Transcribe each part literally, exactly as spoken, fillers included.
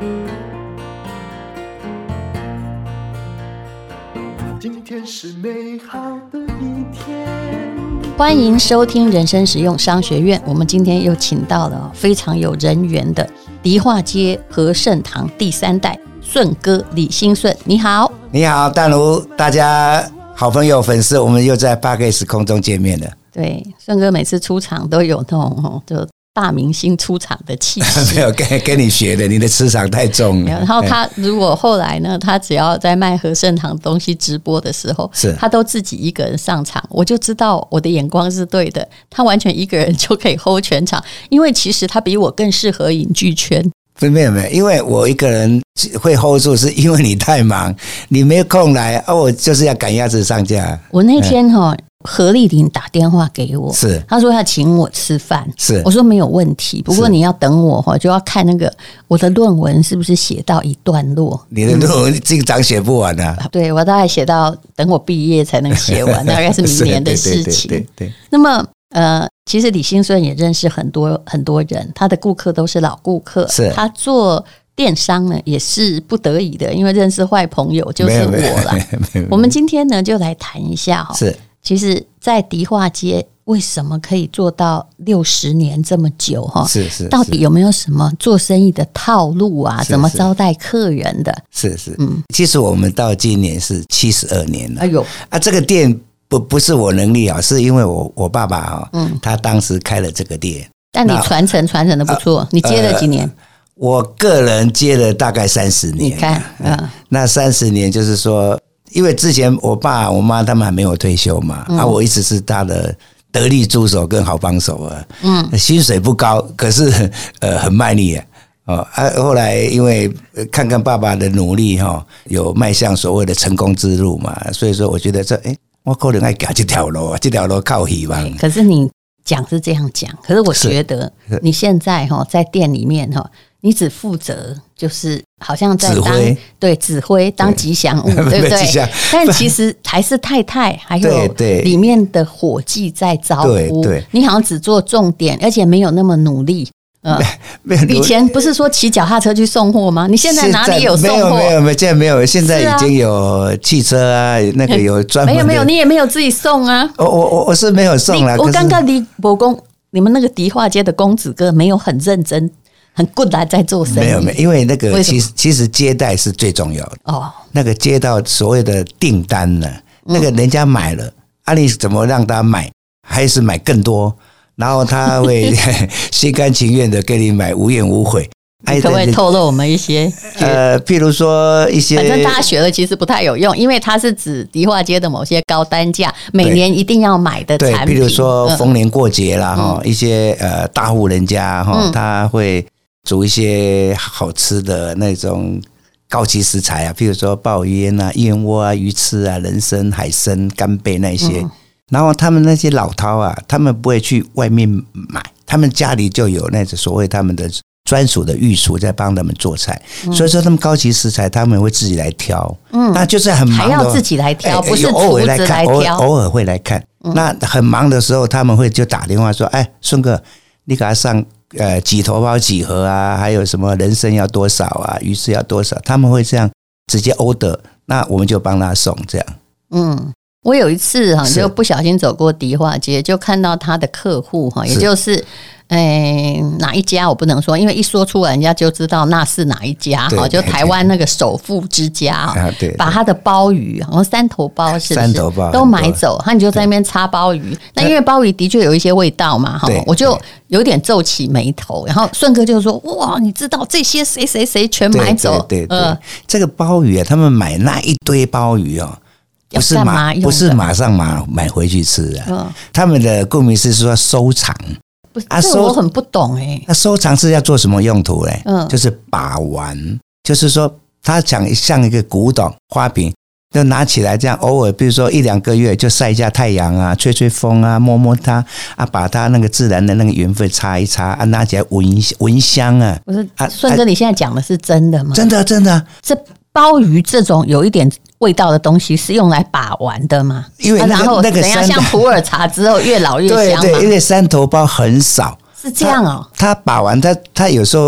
今天是美好的一天。 欢迎收听人生实用商学院。我们今天又请到了非常有人缘的迪化街和盛堂第三代顺哥李兴顺。你好。 你好淡如，大家好朋友粉丝，我们又在 Podcast 空中见面了。 对，顺哥每次出场都有那种就大明星出场的气息。 没有 跟, 跟你学的，你的磁场太重了。 然后他如果后来呢，他只要在卖和盛堂东西直播的时候， 是他都自己一个人上场，我就知道我的眼光是对的。他完全一个人就可以 hold 全场，因为其实他比我更适合影剧圈。 没有没有，因为我一个人会 hold 住，是因为你太忙，你没有空来啊，我就是要赶鸭子上架。 我那天哈、哦。何丽玲打电话给我， 是她说要请我吃饭， 是我说没有问题，不过你要等我就要看那个我的论文是不是写到一段落。 你的论文经常写不完啊？ 嗯、对，我大概写到等我毕业才能写完，大概是明年的事情。 对对对对对。 那么呃，其实李兴顺也认识很多很多人，他的顾客都是老顾客， 是他做电商呢也是不得已的，因为认识坏朋友就是我了。我们今天呢就来谈一下哈， 是。 其实在迪化街为什么可以做到六十年这么久？ 是是， 到底有没有什么做生意的套路啊？怎么招待客人的？ 是是，嗯，其实我们到今年是七十二年了。 哎呦啊，这个店不不是我能力啊，是因为我我爸爸啊，嗯，他当时开了这个店。 但你传承传承的不错，呃、你接了几年？呃我个人接了大概三十年。 你看，嗯， 那三十年就是说。因为之前我爸我妈他们还没有退休嘛，嗯、啊，我一直是他的得力助手跟好帮手啊，嗯，薪水不高，可是呃很卖力啊，哦啊，后来因为看看爸爸的努力哈，有迈向所谓的成功之路嘛，所以说我觉得这哎，我可能爱走这条路啊，这条路靠希望。 可是你讲是这样讲，可是我觉得你现在哈在店里面哈。你只负责就是好像在当指挥， 对指挥当吉祥物， 对, 对不对？但其实还是太太还有里面的伙计在招呼， 对对， 你好像只做重点，而且没有那么努力。呃、以前不是说骑脚踏车去送货吗？你现在哪里有送货？ 没有没有没有，现在没有，现在已经有汽车啊，那个有专门的。 没有没有，你也没有自己送啊。 我我我是没有送啦。 我刚刚离伯公，你们那个迪化街的公子哥没有很认真。很good来在做生意， 没有没有，因为那个其实其实接待是最重要的哦。那个接到所谓的订单呢，那个人家买了，啊，你怎么让他买，还是买更多，然后他会心甘情愿的给你买，无怨无悔。 你可不可以透露我们一些？ 呃，譬如说一些， 反正大家学了其实不太有用，因为它是指迪化街的某些高单价，每年一定要买的产品。 对，譬如说逢年过节啦，哈、嗯，一些呃大户人家哈，他会煮一些好吃的那种高级食材啊，譬如说鲍鱼烟啊、燕窝啊、鱼翅啊、人参、海参、干贝那些。嗯、然后他们那些老饕啊，他们不会去外面买，他们家里就有那种所谓他们的专属的御厨在帮他们做菜，嗯、所以说他们高级食材他们会自己来挑。嗯，那就是很忙的， 还要自己来挑，欸、不是厨子来挑， 偶尔偶尔会来看。嗯、那很忙的时候，他们会就打电话说：“哎，顺哥，你给他上。”呃，几头包几盒啊？还有什么人参要多少啊？鱼翅要多少？他们会这样直接 order， 那我们就帮他送这样。 嗯，我有一次哈，就不小心走过迪化街，就看到他的客户哈，也就是。哎，哪一家我不能说，因为一说出来，人家就知道那是哪一家哈，就台湾那个首富之家啊，把他的鲍鱼，好像三头鲍是不是三头鲍都买走，他你就在那边擦鲍鱼。那因为鲍鱼的确有一些味道嘛，哈，我就有点皱起眉头。然后顺哥就说：“哇，你知道这些谁谁谁全买走？” 对对对，呃、这个鲍鱼啊，他们买那一堆鲍鱼哦。不是马，不是马上买买回去吃啊，嗯、他们的顾名思义是说收藏。 不是，这我很不懂哎、欸。 那收藏是要做什么用途嘞？嗯，就是把玩，就是说他想像一个古董花瓶，就拿起来这样，偶尔比如说一两个月就晒一下太阳啊，吹吹风啊，摸摸它啊，把它那个自然的那个缘分擦一擦啊，拿起来闻闻香啊。 不是，顺哥，你现在讲的是真的吗？ 真的，真的。 这鲍鱼这种有一点味道的东西是用来把玩的吗？ 因为、那个、 然后那个怎样像普洱茶之后越老越香嘛？ 对对，因为山头鲍很少， 是这样哦。 他把玩，他他有时候。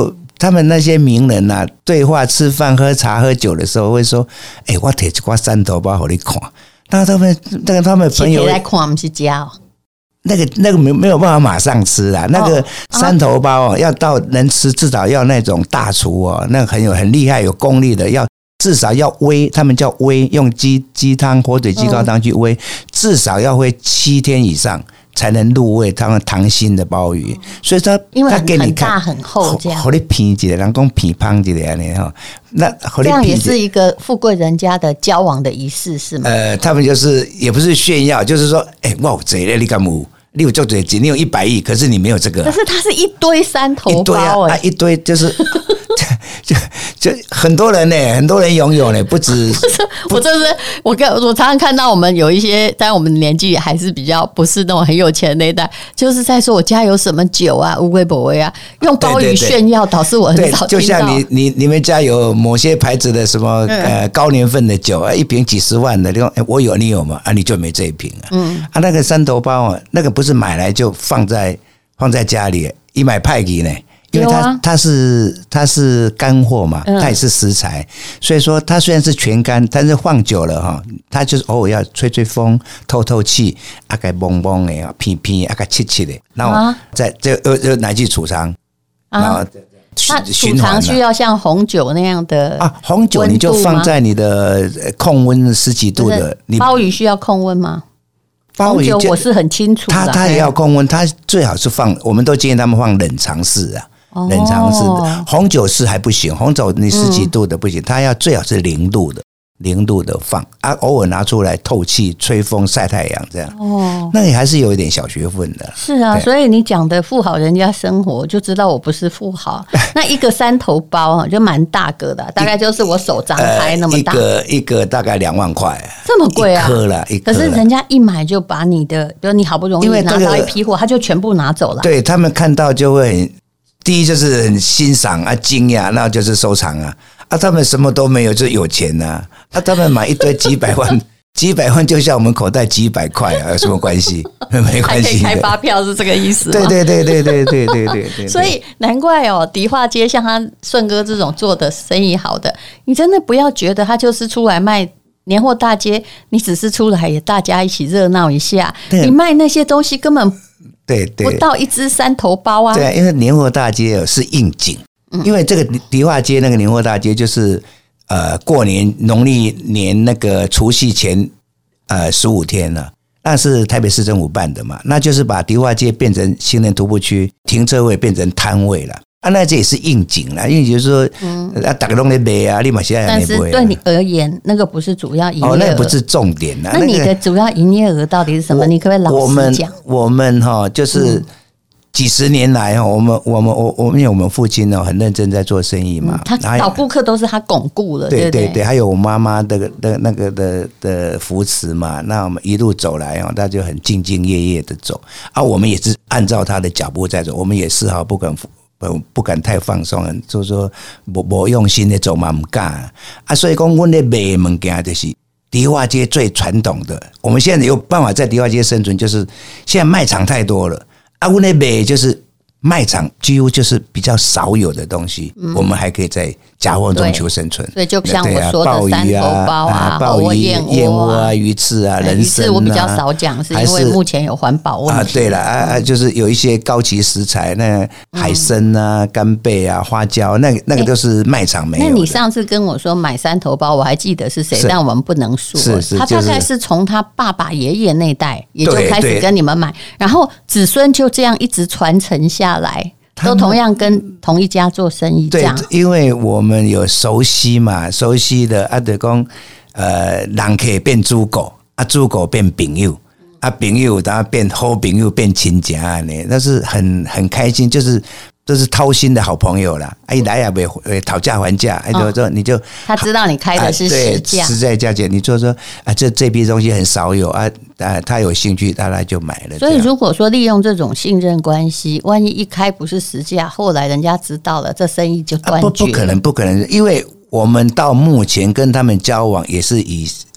他们那些名人啊，对话、吃饭、喝茶、喝酒的时候，会说：“哎、欸，我摕一挂山头包给你看。”那他们那个他们朋友来看，不是家哦。 那个那个没没有办法马上吃啦，那个山头包哦，要到能吃，至少要那种大厨哦，那个很有很厉害、有功力的，要至少要煨，他们叫煨，用鸡鸡汤、火腿鸡高汤去煨，至少要煨七天以上。才能入味他们糖心的鲍鱼，所以说他给你看很大很厚这样， 好你片一个，人讲片胖一个呢哈，那这样也是一个富贵人家的交往的仪式是吗？ 呃，他们就是也不是炫耀，就是说，哎、欸，我有这个你干嘛？你有做这个，你有一百亿，可是你没有这个、啊。 可是它是一堆山头包、欸， 一堆啊，啊一堆就是。就就很多人呢、欸，很多人拥有呢、欸，不止。 不是，我就是我跟我常常看到我们有一些，在我们年纪还是比较不是那种很有钱的那一代，就是在说我家有什么酒啊，乌龟博威啊，用鲍鱼炫耀，导致我很少听到。 就像你你你们家有某些牌子的什么、嗯、呃高年份的酒啊，一瓶几十万的，你说、欸、我有你有吗？啊，你就没这一瓶啊。嗯啊，那个山头包啊，那个不是买来就放在放在家里，一买派给呢。因为它它是它是干货嘛，它也是食材，所以说它虽然是全干，但是放久了哈，它就是偶尔要吹吹风、透透气，啊个蒙蒙的、片片、啊个切切的，然后再就又又拿去储藏，然后它储藏需要像红酒那样的啊，红酒你就放在你的控温十几度的，你鲍鱼需要控温吗？红酒我是很清楚的， 它它也要控温，它最好是放，我们都建议他们放冷藏室啊。冷藏室的红酒是还不行，红酒你十几度的不行，它要最好是零度的，零度的放啊，偶尔拿出来透气、吹风、晒太阳这样。哦，那你还是有一点小学问的。 是啊，所以你讲的富豪人家生活，就知道我不是富豪。那一个山头包啊，就蛮大个的，大概就是我手张开那么大， 呃、一个一个大概两万块， 这么贵啊？ 一颗了，一颗。 可是人家一买就把你的，就你好不容易拿到一批货，他就全部拿走了。 对他们看到就会。第一就是很欣赏啊，惊讶，那就是收藏啊。啊，他们什么都没有，就有钱呐、啊。啊，他们买一堆几百万，几百万就像我们口袋几百块啊，有什么关系？没关系的。 还可以开发票是这个意思吗？ 对对对对对对对对对。 所以难怪哦，迪化街像他顺哥这种做的生意好的，你真的不要觉得他就是出来卖年货大街，你只是出来也大家一起热闹一下，你卖那些东西根本。 对对， 不到一只山头包啊！ 对，因为年货大街是应景，嗯、因为这个迪化街那个年货大街就是呃过年农历年那个除夕前呃十五天了，那是台北市政府办的嘛，那就是把迪化街变成行人徒步区，停车位变成摊位了。啊，那这也是应景啦，因为就是说，嗯，啊，大家都在卖啊，你嘛现在但是对你而言，那个不是主要营业额， 哦，那不是重点啦。 那你的主要营业额到底是什么？你可不可以老实讲？ 我们哈，就是几十年来哈，我们我们我我们有我们父亲哦，很认真在做生意嘛， 嗯、他老顾客都是他巩固了， 对对对， 还有我妈妈的的那个的的扶持嘛，那我们一路走来哦，他就很兢兢业业的走，啊，我们也是按照他的脚步在走，我们也丝毫不敢。不敢太放松，就是说无无用心的走嘛，唔敢啊。所以讲，我们的卖物件就是迪化街最传统的。我们现在有办法在迪化街生存，就是现在卖场太多了啊。我们的卖就是卖场几乎就是比较少有的东西，嗯、我们还可以在夹缝中求生存。 所以就像我说的山头包啊、 鲍鱼、燕窝啊、鱼翅啊、人参啊， 鱼翅我比较少讲，是因为目前有环保问题啊。对了啊，就是有一些高级食材，那海参啊、干贝啊、花椒，那那个都是卖场没有的。 那你上次跟我说买山头包，我还记得是谁，但我们不能说。 是是， 他大概是从他爸爸、爷爷那代也就开始跟你们买，然后子孙就这样一直传承下来。都同样跟同一家做生意，这样。 对，因为我们有熟悉嘛，熟悉的啊，就讲呃，人可以变猪狗，啊，猪狗变朋友，啊，朋友然后变好朋友，变亲家呢，那是很很开心，就是都是掏心的好朋友啦。一来也不会讨价还价，哎，就说你就他知道你开的是实价， 实在价钱，你就说啊，这这批东西很少有啊。啊，他有兴趣，大家就买了。 所以如果说利用这种信任关系，万一一开不是实价，后来人家知道了，这生意就断绝了。 啊、不不可能，不可能，因为我们到目前跟他们交往也是以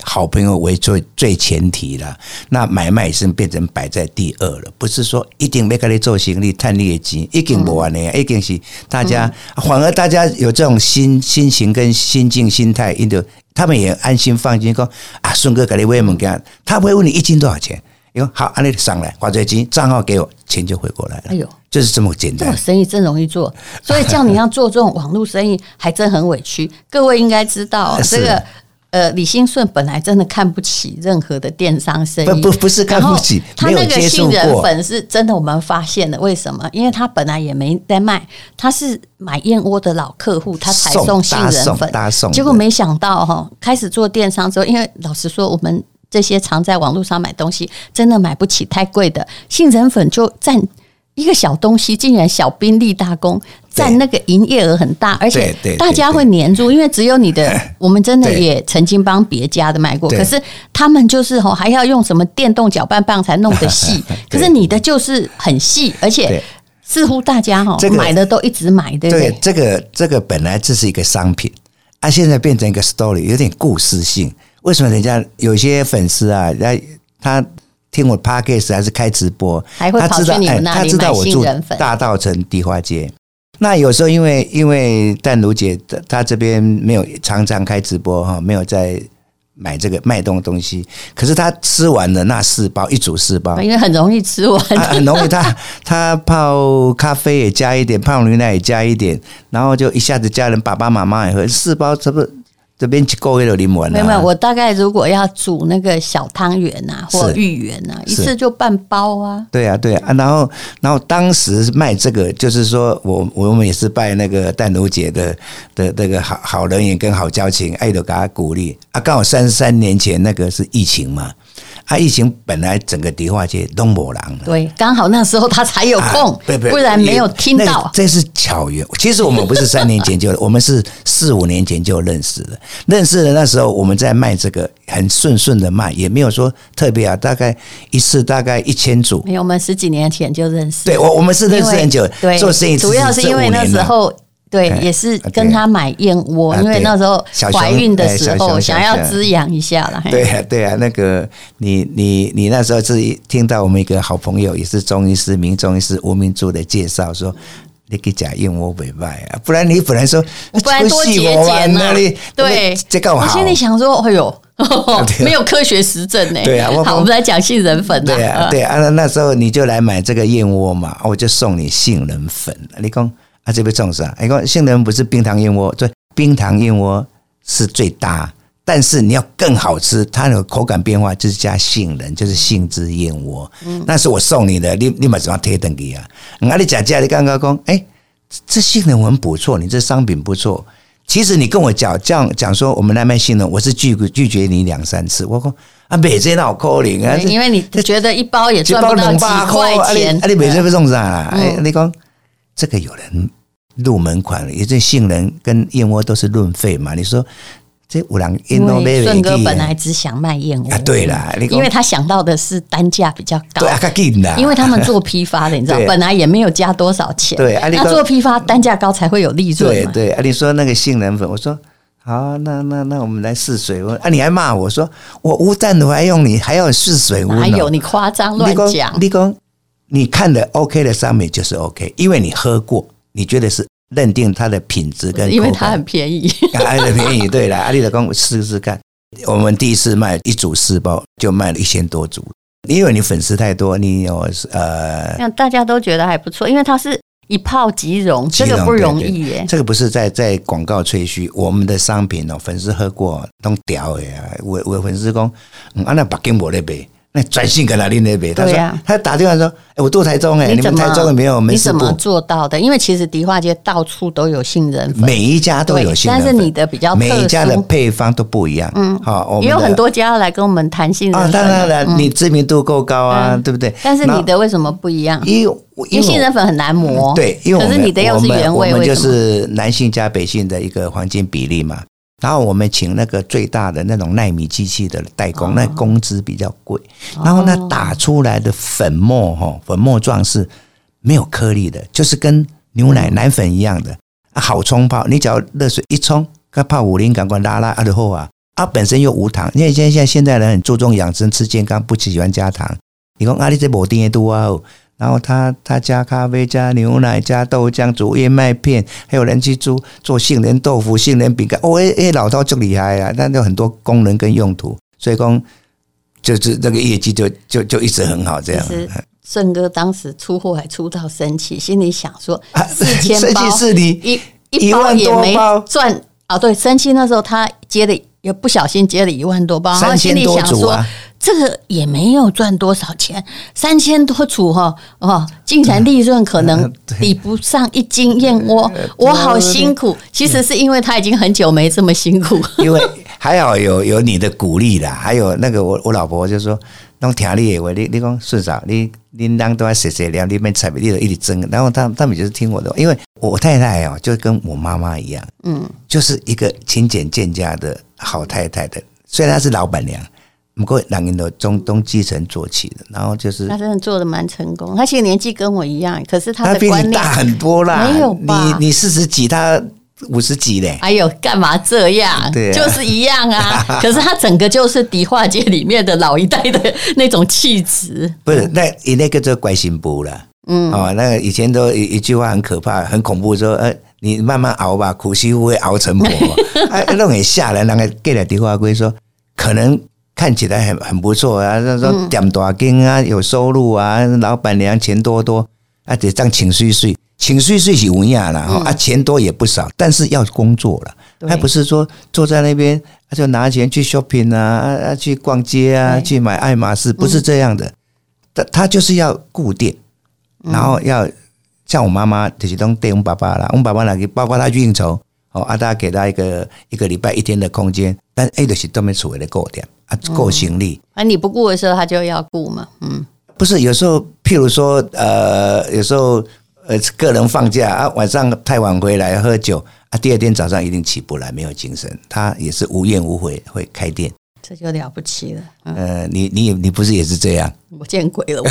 好朋友为最最前提了。那买卖是变成摆在第二了，不是说一定要跟你做生意赚你的钱，一定不完的，一定是大家、嗯、反而大家有这种心心情跟心境心态，因为他们也安心放心说啊，顺哥给你问问看，他不会问你一斤多少钱。好，按你上来，花最金账号给我，钱就回过来了。哎呦，就是这么简单。 这生意真容易做，所以叫你要做这种网络生意，还真很委屈。各位应该知道，这个呃，李兴顺本来真的看不起任何的电商生意， 不不不是看不起， 他那个杏仁粉是真的，我们发现的。为什么？因为他本来也没在卖，他是买燕窝的老客户，他才送杏仁粉，结果没想到哈，开始做电商之后，因为老实说，我们这些常在网络上买东西，真的买不起太贵的杏仁粉，就占一个小东西，竟然小兵立大功，占那个营业额很大，而且大家会黏住，因为只有你的，我们真的也曾经帮别家的买过，可是他们就是吼还要用什么电动搅拌棒才弄得细，可是你的就是很细，而且似乎大家哈买的都一直买，对不对？ 对，这个这个本来这是一个商品，啊，现在变成一个 story， 有点故事性。为什么人家有些粉丝啊，他听我 podcast 还是开直播， 还会跑去你们那里买杏仁粉？ 大稻埕迪化街。那有时候因为因为淡如姐她这边没有常常开直播哈，没有在买这个卖东东西，可是她吃完了那四包，一组四包， 因为很容易吃完， 啊、很容易。她她泡咖啡也加一点，泡牛奶也加一点，然后就一下子家人爸爸妈妈也喝四包，差不多。这边一个月就啉完了。 没有没有，我大概如果要煮那个小汤圆啊，或芋圆啊，一次就半包啊。 对啊，对啊，然后然后当时卖这个，就是说我我们也是拜那个淡如姐的的那个好好人缘跟好交情，爱都给他鼓励啊。刚好三十三年前那个是疫情嘛。啊！疫情本来整个迪化街都没人了， 对，刚好那时候他才有空，啊、不然没有听到。 这是巧缘。其实我们不是三年前就，我们是四五年前就认识了。认识了那时候我们在卖这个，很顺顺的卖，也没有说特别啊，大概一次大概一千组。 没有，我们十几年前就认识。 对，我我们是认识很久， 对， 做生意主要是因为那时候。对，也是跟他买燕窝，因为那时候怀孕的时候想要滋养一下啦。 对啊，对啊，那个你你你那时候是听到我们一个好朋友，也是中医师、名中医师吴明珠的介绍说。你可以讲燕窝袂歹啊，不然你本来说， 不然多节俭啊。对， 这个好。 我心里想说，哎呦，没有科学实证呢。 对啊， 好，我们来讲杏仁粉。 对啊，对啊，那时候你就来买这个燕窝嘛，我就送你杏仁粉。你讲。啊，这边种啥？你看杏仁不是冰糖燕窝，对，冰糖燕窝是最大，但是你要更好吃，它有口感变化，就是加杏仁，就是杏汁燕窝。嗯，那是我送你的，你你马上贴登给啊。啊，你讲价，你刚刚讲，哎，这杏仁很不错，你这商品不错。其实你跟我讲这样讲说，我们来卖杏仁，我是拒拒绝你两三次。我说啊，每这那可怜啊， 因为你觉得一包也赚不到几块钱， 啊，你每这不种啥啦？哎，你讲这个有人。入门款了，也这杏仁跟燕窝都是论费嘛。你说这五两燕窝，因为顺哥本来只想卖燕窝啊，对啦， 因为他想到的是单价比较高， 对啊，紧啦， 因为他们做批发的，你知道，本来也没有加多少钱， 对，啊、 那做批发单价高才会有利润嘛。 对对，啊，你说那个杏仁粉，我说好，那那那我们来试水温啊，你还骂我说我无蛋我还用你还要试水温、哦， 还有你夸张乱讲， 你讲你看的 OK 的商品就是 OK， 因为你喝过。你觉得是认定它的品质跟口感， 因为它很便宜， 很便宜，对啦，阿丽的公试试看。我们第一次卖一组四包，就卖了一千多组，因为你粉丝太多，你有呃， 让大家都觉得还不错，因为它是一泡即溶，这个不容易耶。 这个不是在在广告吹嘘，我们的商品哦，粉丝喝过都屌的呀。我我粉丝讲，嗯，啊那北京没得卖。那转信跟他拎那边，他说、啊、他打电话说：“哎，我住台中哎、欸，你们台中也没有门市部。” 你怎么做到的？因为其实迪化街到处都有杏仁粉， 每一家都有杏仁粉， 但是你的比较特殊， 每一家的配方都不一样。嗯，好， 也有很多家来跟我们谈杏仁粉、 啊。当然了，嗯、你知名度够高啊，嗯、对不对？ 但是你的为什么不一样？ 因为因为杏仁粉很难磨， 对，因为可是你的又是原味， 我们就是南杏加北杏的一个黄金比例嘛。然后我们请那个最大的那种奈米机器的代工，哦、那工资比较贵。然后呢，打出来的粉末哈，粉末状是没有颗粒的，就是跟牛奶、嗯、奶粉一样的，好冲泡。你只要热水一冲，跟泡五零赶快拉拉啊就好啊。 啊，本身又无糖，因为现在现在现代人很注重养生，吃健康，不喜欢加糖。你说啊，你这没甜的多啊，然后他他加咖啡、加牛奶、加豆浆、煮燕麦片，还有人去做做杏仁豆腐、杏仁饼干。哦，哎哎，老饕就厉害啊，那有很多功能跟用途，所以讲就是那个业绩就就就一直很好这样。 顺哥当时出货还出到生气，心里想说四千包， 生气是你一一包也没赚啊。对，生气那时候他接了，也不小心接了一万多包，然后心里想说。这个也没有赚多少钱，三千多组哈哦，竟然利润可能抵不上一斤燕窝，我好辛苦。其实是因为他已经很久没这么辛苦， 因为还好有有你的鼓励啦，还有那个我我老婆就说，拢听你的话，你你讲顺嫂，你你人都在洗洗凉，你们菜你就一直蒸，然后他他们就是听我的，因为我太太哦，就跟我妈妈一样，嗯，就是一个勤俭见家的好太太的，虽然她是老板娘。不过两人都中东基层做起的，然后就是他真的做的蛮成功。他其实年纪跟我一样，可是他的观念他比你大很多啦。 没有吧？ 你你四十几，他五十几嘞。 哎呦，干嘛这样？对、啊，就是一样啊。可是他整个就是迪化街里面的老一代的那种气质。 不是，那你那个叫乖心部了。嗯，哦，那个以前都一一句话很可怕、很恐怖，说呃，你慢慢熬吧，苦媳妇会熬成婆。哎，那种下来，那个给了迪化街说，可能。看起来很很不错啊，说点大金啊，有收入啊，老板娘钱多多啊，得这样请税税，请税税是有影啦，嗯、啊，钱多也不少，但是要工作了，还不是说坐在那边就拿钱去 shopping 啊，啊去逛街啊，去买爱马仕，不是这样的，他他就是要固定，然后要像我妈妈就是都对我们爸爸啦，我们爸爸那个包括他去应酬。哦，啊，大家给他一个一个礼拜一天的空间，但哎，就是都没处理的够点啊，够行李。 啊，你不顾的时候，他就要顾嘛，嗯， 不是有时候，譬如说，呃，有时候呃，个人放假啊，晚上太晚回来喝酒啊，第二天早上一定起不来，没有精神，他也是无怨无悔会开店， 这就了不起了。嗯、 呃，你你你不是也是这样？ 我见鬼了，我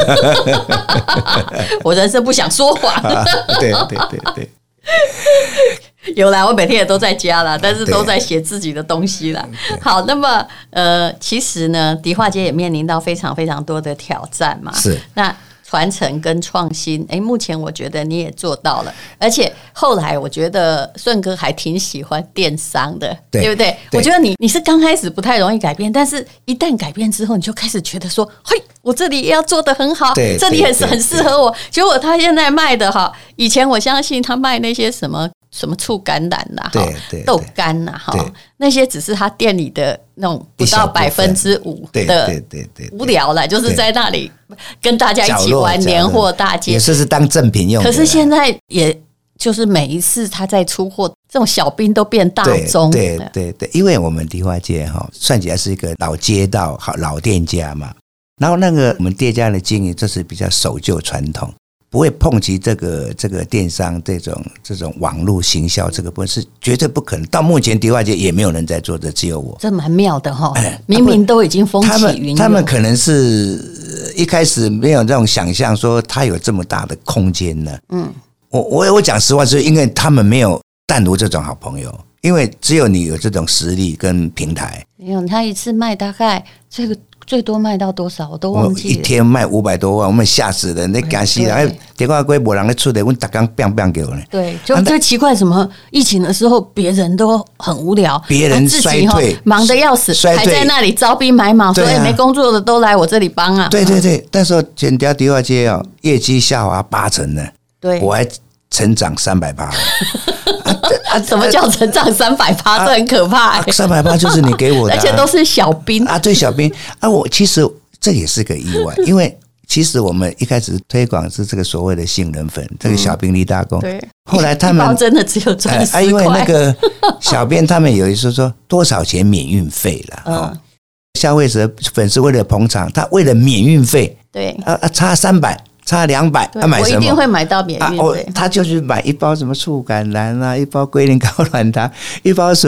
我人生不想说谎。 啊、对对对对。 有啦，我每天也都在家啦，但是都在写自己的东西啦。好，那么呃，其实呢，迪化街也面临到非常非常多的挑战嘛。 是。那传承跟创新，哎，目前我觉得你也做到了，而且后来我觉得顺哥还挺喜欢电商的， 对, 对不对？对，我觉得你你是刚开始不太容易改变，但是一旦改变之后，你就开始觉得说，嘿，我这里也要做得很好，这里很很适合我。结果他现在卖的哈，以前我相信他卖那些什么。什么醋橄榄啦，豆干啦，哈，那些只是他店里的那种不到百分之五的无聊啦，就是在那里跟大家一起玩年货大街， 也是是当赠品用的。 可是现在也就是每一次他在出货，这种小兵都变大宗。 对对 对, 对，因为我们迪化街哈算起来是一个老街道、好老店家嘛，然后那个我们店家的经营就是比较守旧传统。不会碰及这个这个电商这种这种网络行销这个部分是绝对不可能。到目前迪化街也没有人在做的，只有我。 这蛮妙的哈、哦哎，明明都已经风起云涌。 他们可能是一开始没有这种想象，说它有这么大的空间呢。嗯，我我我讲实话，是因为他们没有淡如这种好朋友，因为只有你有这种实力跟平台。 没有，他一次卖大概这个。最多卖到多少我都忘记了。 一天卖五百多万，我们吓死人！那干死了，电话柜没人在出的，我打刚 bang bang 给我呢。 对，就最奇怪，什么疫情的时候，别人都很无聊， 别人衰退， 忙得要死，还在那里招兵买马，所以没工作的都来我这里帮啊。 对对对，那时候剪掉迪化街哦，业绩下滑八成呢。 对， 我还成长三百趴。 啊，什么叫成长三百趴？这很可怕、欸。 三百趴就是你给我的、啊， 而且都是小兵啊，对小兵啊。我其实这也是个意外，因为其实我们一开始推广是这个所谓的杏仁粉，这个小兵立大功。对，后来他们真的只有赚十块、呃啊， 因为那个小编他们有一次说多少钱免运费了、嗯哦，消费者粉丝为了捧场，他为了免运费， 对啊啊差三百。差两百，他买什么？ 我一定会买到免运费、啊哦。 他就是买一包什么醋橄榄啊，一包龟苓膏软糖，一包什么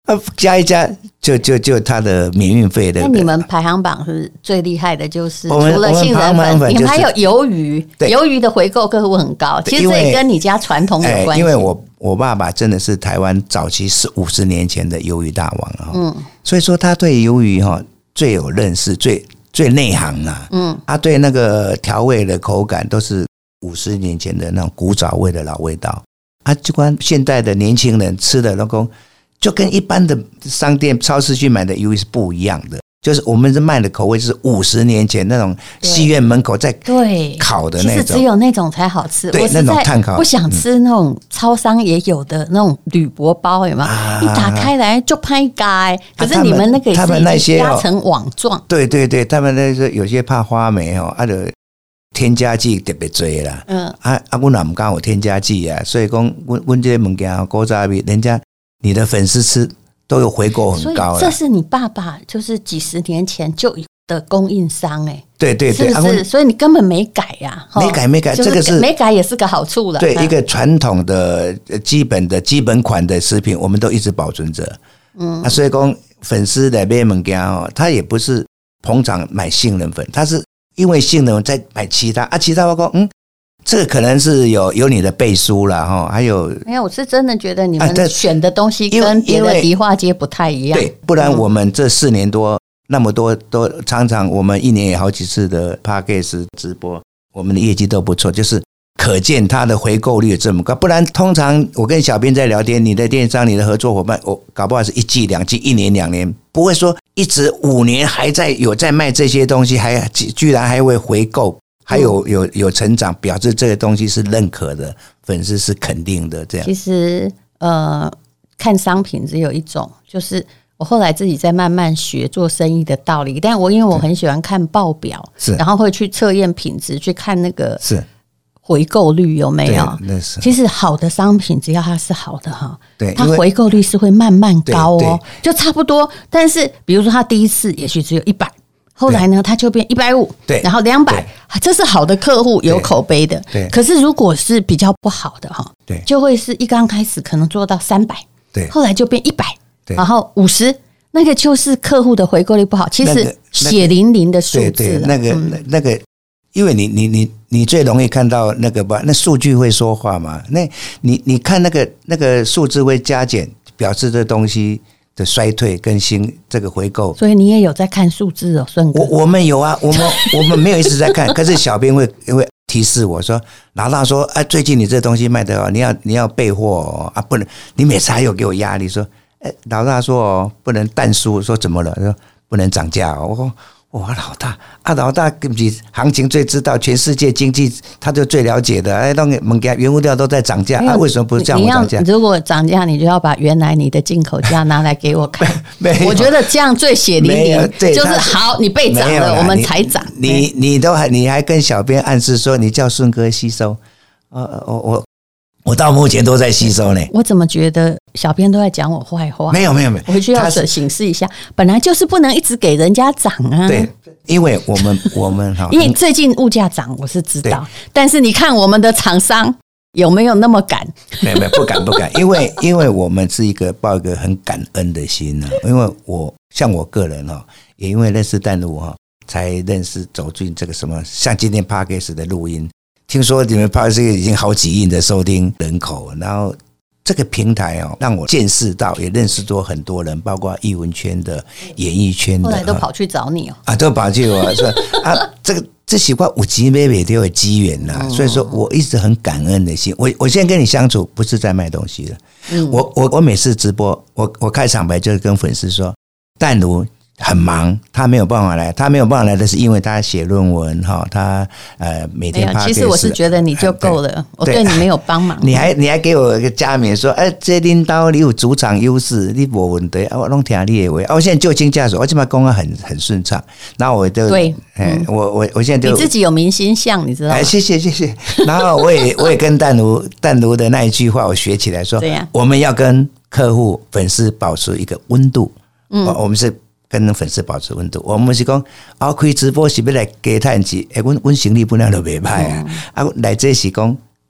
啊，加一加就就就他的免运费的。 那你们排行榜是最厉害的，就是除我们了杏仁粉， 粉、就是、 你们还有鱿鱼，鱿鱼的回购客户很高。其实这也跟你家传统有关系、欸。 因为我我爸爸真的是台湾早期是五十年前的鱿鱼大王啊，嗯，所以说他对鱿鱼哈最有认识，最最内行啊，嗯，他对那个调味的口感都是五十年前的那种古早味的老味道。啊，就跟现代的年轻人吃的那种，就跟一般的商店、超市去买的鱿鱼是不一样的。就是我们是卖的口味是五十年前那种戏院门口在烤的那种， 其实只有那种才好吃。 对， 我那种炭烤不想吃那种超商也有的那种铝箔包，有没有？啊、一打开来就拍盖，可是你们那个也是已经压成网状。 对对对，他们那些有些怕发霉哦，啊的。添加剂特别多啦，嗯，啊啊，我哪唔敢有添加剂啊，所以讲，我我这些物件古早味，人家你的粉丝吃都有回购很高了。 这是你爸爸就是几十年前就有的供应商哎、欸， 对对对， 是不是？啊、所以你根本没改呀、 啊，没改没改，这个是没改也是个好处了。 对，嗯、一个传统的基本的基本款的食品，我们都一直保存着。嗯，啊，所以讲粉丝来买物件哦，他也不是捧场买杏仁粉，他是。因为杏仁在买其他啊，其他我说嗯，这个可能是有有你的背书啦哈，还有没有？我是真的觉得你们选的东西跟别的迪化街不太一样， 对，不然我们这四年多、嗯、那么多都常常我们一年有好几次的 Podcast 直播，我们的业绩都不错，就是可见它的回购率这么高。不然通常我跟小编在聊天，你的电商、你的合作伙伴，我搞不好是一季、两季、一年、两年，不会说。一直五年还在有在卖这些东西，还居然还会回购，还有有有成长，表示这个东西是认可的，粉丝是肯定的。这样， 其实呃，看商品只有一种，就是我后来自己在慢慢学做生意的道理。但我因为我很喜欢看报表，是，然后会去测验品质，去看那个是。回购率有没有？其实好的商品，只要它是好的哈，对，它回购率是会慢慢高哦，就差不多。但是比如说它第一次也许只有一百，后来呢它就变一百五，对，然后两百，这是好的客户有口碑的。对，可是如果是比较不好的哈，对，就会是一刚开始可能做到三百，对，后来就变一百，然后五十，那个就是客户的回购率不好。其实血淋淋的数字， 对对，那个那个。因为你你你你最容易看到那个吧，那数据会说话嘛？那你你看那个那个数字会加减，表示这东西的衰退跟新这个回购。 所以你也有在看数字哦，顺哥。 我我们有啊，我们我们没有一直在看，可是小编会会提示我说，老大说，哎、啊，最近你这东西卖得好，你要你要备货哦啊，不能，你每次还有给我压力说，哎，老大说哦，不能淡输，说怎么了？说不能涨价哦，我说。哇，老大啊，老大根本行情最知道，全世界经济他就最了解的。哎，那个物件原物料都在涨价，啊，为什么不是这样涨价？ 如果涨价，你就要把原来你的进口价拿来给我看。我觉得这样最血淋淋，就是好，你被涨了，我们才涨。 你你都还你还跟小编暗示说，你叫顺哥吸收。呃，我我。我到目前都在吸收呢。 我怎么觉得小编都在讲我坏话？ 没有没有没有， 我回去要审视一下。本来就是不能一直给人家涨啊。 对，因为我们我们哈， 因为最近物价涨，我是知道。但是你看我们的厂商有没有那么敢？ 没有没有，不敢不敢，因为因为我们是一个抱一个很感恩的心呢、啊。因为我像我个人哈，也因为认识淡如哈，才认识走进这个什么，像今天 Podcast 的录音。听说你们拍这个已经好几亿的收听人口，然后这个平台哦，让我见识到，也认识多很多人，包括艺文圈的、演艺圈的， 后来都跑去找你哦， 啊，都跑去我说啊，这个这习惯五级妹妹都有机缘呐，所以说我一直很感恩的心。我我现在跟你相处，不是在卖东西的，嗯、我我我每次直播，我我开场白就是跟粉丝说，淡如。很忙，他没有办法来，他没有办法来的是因为他写论文哈，他呃每天 podcast。 其实我是觉得你就够了，呃、我对你没有帮忙。 你还你还给我一个加冕说，哎、欸，这领导你有主场优势，你没问题，我拢听你的话。我现在就近驾驶，我这边讲话很很顺畅。然后我就对， 嗯、我我我现在就你自己有明星相，你知道吗？ 哎，谢谢谢谢。然后我也我也跟淡如淡如的那一句话我学起来说，我们要跟客户粉丝保持一个温度，嗯，我们是。跟粉丝保持温度，我们是讲啊，开直播是要来加赚钱，哎，阮阮生意本来就袂歹啊，啊，来这是讲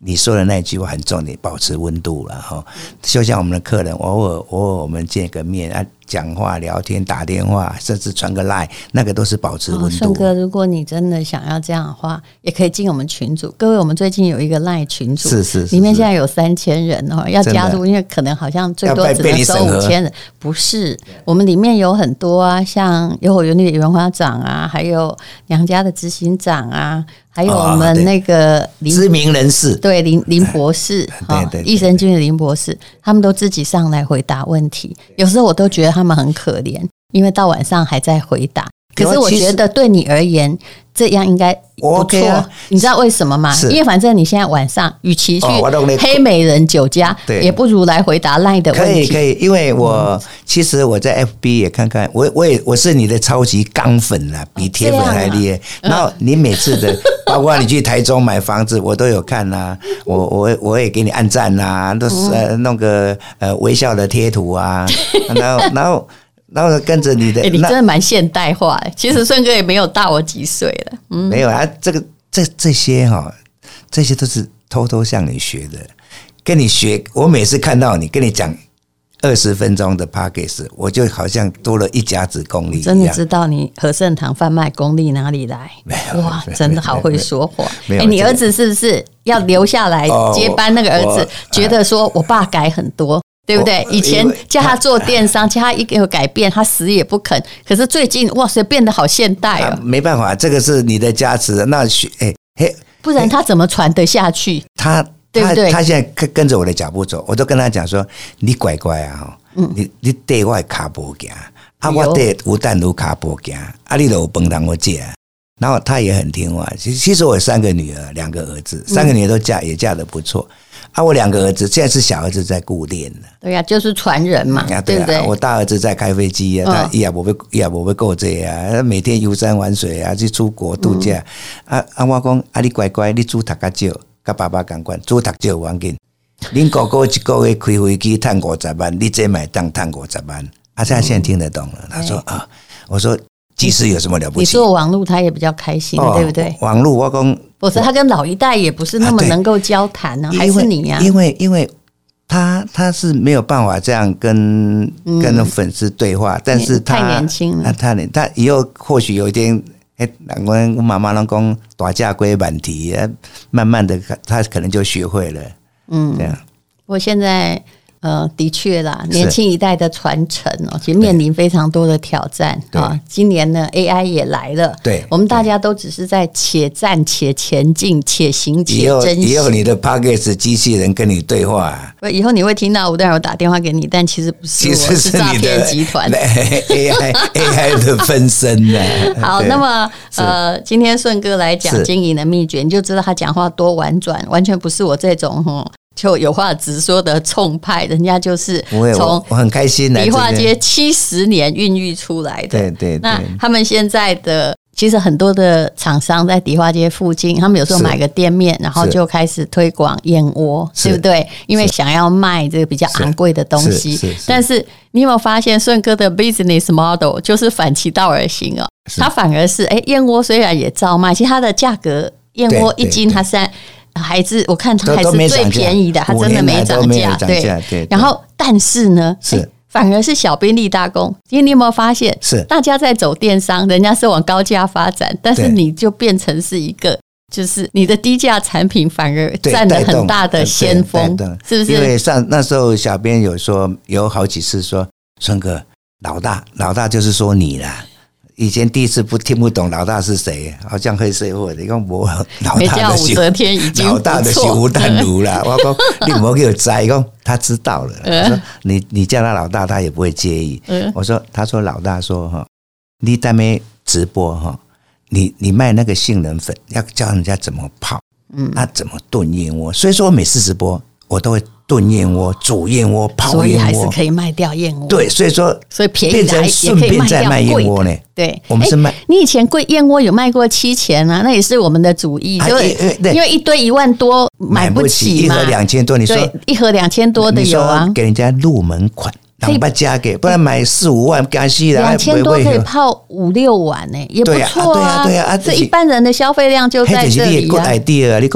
你说的那句话很重点，保持温度了哈。就像我们的客人，偶尔偶尔我们见个面啊，讲话、聊天、打电话，甚至传个 line， 那个都是保持温度。 顺哥，如果你真的想要这样的话，也可以进我们群组。各位，我们最近有一个 line 群组， 是是是， 里面现在有三千人哦，要加入，因为可能好像最多只能收五千人。不是，我们里面有很多啊，像幼儿园的园花长啊，还有娘家的执行长啊。还有我们那个林、 哦、知名人士， 对林林博士， 对对， 益生菌的林博士，他们都自己上来回答问题。有时候我都觉得他们很可怜，因为到晚上还在回答。可是我觉得对你而言，这样应该不错。Okay 啊、你知道为什么吗？因为反正你现在晚上，与其去黑美人酒家，哦、也不如来回答 LINE 的问题。 可以可以，因为我、嗯、其实我在 F B 也看看，我我也我是你的超级钢粉啦，比铁粉还厉害。啊、然后你每次的，包括你去台中买房子，我都有看啦。我我我也给你按赞啦，都是、呃、弄个呃微笑的贴图啊，然后然后。然后跟着你的， 欸、你真的蛮现代化。其实顺哥也没有大我几岁了，嗯， 没有啊，这个这这些哈、哦，这些都是偷偷向你学的，跟你学。我每次看到你跟你讲二十分钟的 podcast， 我就好像多了一甲子功力一样。 真的知道你和盛堂贩卖功力哪里来？哇，真的好会说话。哎、欸，你儿子是不是要留下来接班？那个儿子觉得说我爸改很多。对不对？以前叫他做电商，叫他一个改变，他死也不肯。可是最近，哇塞，变得好现代哦！ 啊、没办法，这个是你的加持。那学哎嘿， 不然他怎么传得下去？ 他对不对？ 他现在跟跟着我的脚步走，我都跟他讲说：你乖乖啊，嗯、你你对我的脚步行，啊，我对吴淡如脚步行，啊，你都有饭当我吃。然后他也很听话。其实其实我有三个女儿，两个儿子，三个女儿都嫁、嗯、也嫁得不错。啊，我两个儿子现在是小儿子在顾店了。 对呀、啊，就是传人嘛， 啊、 对不对？ 我大儿子在开飞机啊，他也不会也不会够这啊，他每天游山玩水啊，去出国度假。嗯、啊啊，我讲啊，你乖乖，你煮读较少，跟爸爸同款，煮读少有要紧。恁哥哥一个月开飞机赚五十万，你这买当赚五十万。啊，现在现在听得懂了。嗯、他说啊，我说。技师有什么了不起？ 你做网络他也比较开心，哦、对不对？ 网络我讲不是他跟老一代也不是那么能够交谈呢、啊，还是你呀、啊？ 因为因为他他是没有办法这样跟、嗯、跟粉丝对话，但是他太年轻了， 他他他以后或许有一天，哎，我我妈妈拢讲大架归满题，慢慢的他可能就学会了，嗯，这样。 我现在。呃，的确啦，年轻一代的传承哦，其实面临非常多的挑战啊。今年呢 ，A I 也来了， 对， 我们大家都只是在且战且前进，且行且珍惜。 以后你的 Podcast 机器人跟你对话、啊， 以后你会听到吴淡如打电话给你，但其实不是我， 其实是诈骗集团 A I A I 的分身呢、 啊。好，那么呃，今天顺哥来讲经营的秘诀，你就知道他讲话多婉转，完全不是我这种哈。就有话直说的冲派，人家就是从我很开心迪化街七十年孕育出来的。 对对对， 那他们现在的其实很多的厂商在迪化街附近，他们有时候买个店面，然后就开始推广燕窝，对不对？因为想要卖这个比较昂贵的东西。但是你有没有发现，顺哥的 business model 就是反其道而行哦？它反而是哎，燕窝虽然也照卖，其实它的价格燕窝一斤它是在。还是我看它还是最便宜的，它真的没涨价，对。然后，但是呢，是反而是小兵立大功。因为你有没有发现， 是大家在走电商，人家是往高价发展，但是你就变成是一个，就是你的低价产品反而占了很大的先锋，是不是？ 因为上那时候小编有说，有好几次说，顺哥老大，老大就是说你啦。以前第一次不听不懂老大是谁，好像黑社会的。你讲我老大的是武则天已经老大的是吴淡如啦。我讲你不要给我摘，讲他知道了。我说你你叫他老大，他也不会介意。我说他说老大说哈，你在那直播哈，你你卖那个杏仁粉，要教人家怎么泡，嗯，那怎么炖燕窝。所以说我每次直播我都会。炖燕窝、煮燕窝、泡燕窝，所以还是可以卖掉燕窝。 对，所以说， 所以便宜的也可以卖掉贵的。呢对， 我们是卖。 你以前贵燕窝有卖过七钱啊？那也是我们的主意，就因为一堆一万多买不起嘛， 一盒两千多，你说一盒两千多的有啊？ 给人家入门款，然后把加给，不然买四五万干西的， 两千多可以泡五六碗呢，也不错啊。 对啊，对啊， 所以一般人的消费量就在这里啊。 idea，你讲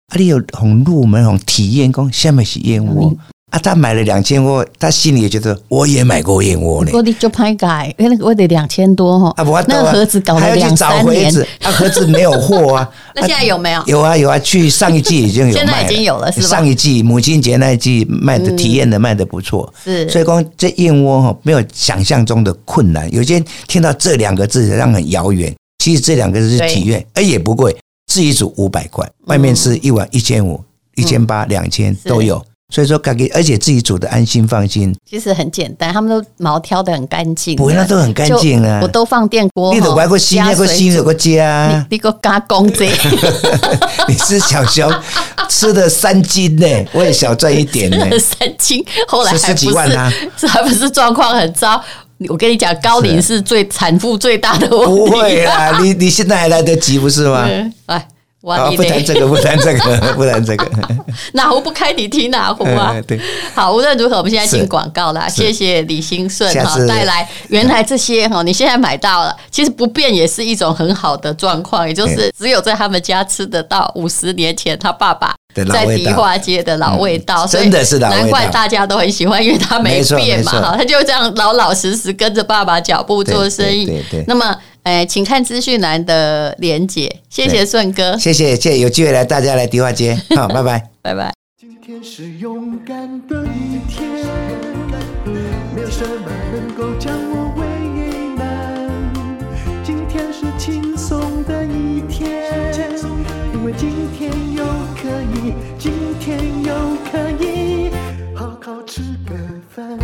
啊，你有很入门、很体验，讲下面是燕窝。嗯啊，他买了两千窝，他心里也觉得我也买过燕窝呢。 我你就拍改，那个我得两千多哈。 啊，不， 那个盒子搞了两三年， 还要去找盒子，啊，盒子没有货啊。 那现在有没有？ 有啊有啊，去上一季已经有卖了， 现在已经有了是吧？ 上一季母亲节那一季卖的、嗯、体验的卖的不错， 是。 所以讲这燕窝哈没有想象中的困难，有些人听到这两个字让很遥远，其实这两个字是体验，而也不贵，自己煮五百块，外面是一碗一千五、一千八、两千都有。所以说，而且自己煮的安心放心。 其实很简单，他们都毛挑的很干净， 不，那都很干净啊。 我都放电锅， 你都外国新，外国新，有个加， 你你个加工这， 你是小熊吃了三斤呢，我也小赚一点呢。 三斤，后来还不是十几万啊， 这还不是状况很糟。我跟你讲，高龄是最产妇最大的问题。 不会啦，你你现在还来得及，不是吗？ 哎。 哦、不谈这个，不谈这个，不谈这个。 哪壶不开提提哪壶啊！ 嗯、对， 好，无论如何，我们现在进广告啦。谢谢李兴顺哈带来原来这些哈，你现在买到了，其实不变也是一种很好的状况，也就是只有在他们家吃得到五十年前他爸爸在迪化街的老味道， 嗯、真的是老味道， 难怪大家都很喜欢，因为他没变嘛哈，他就这样老老实实跟着爸爸脚步做生意。 对 对, 对, 对， 那么。哎，请看资讯栏的连结，谢谢顺哥， 谢谢，谢谢，有机会来大家来迪化街，好，拜拜， 拜拜。 今天是勇敢的一天，没有什么能够将我为难。今天是轻松的一天，因为今天又可以，今天又可以好好吃个饭。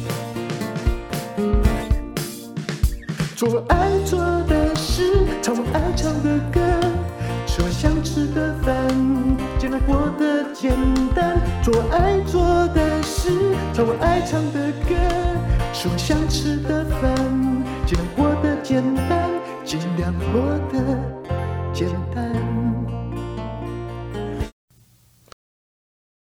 做爱做的事，唱我爱唱的歌，吃我想吃的饭，尽量过得简单。做爱做的事，唱我爱唱的歌，吃我想吃的饭，尽量过得简单，尽量过得简单。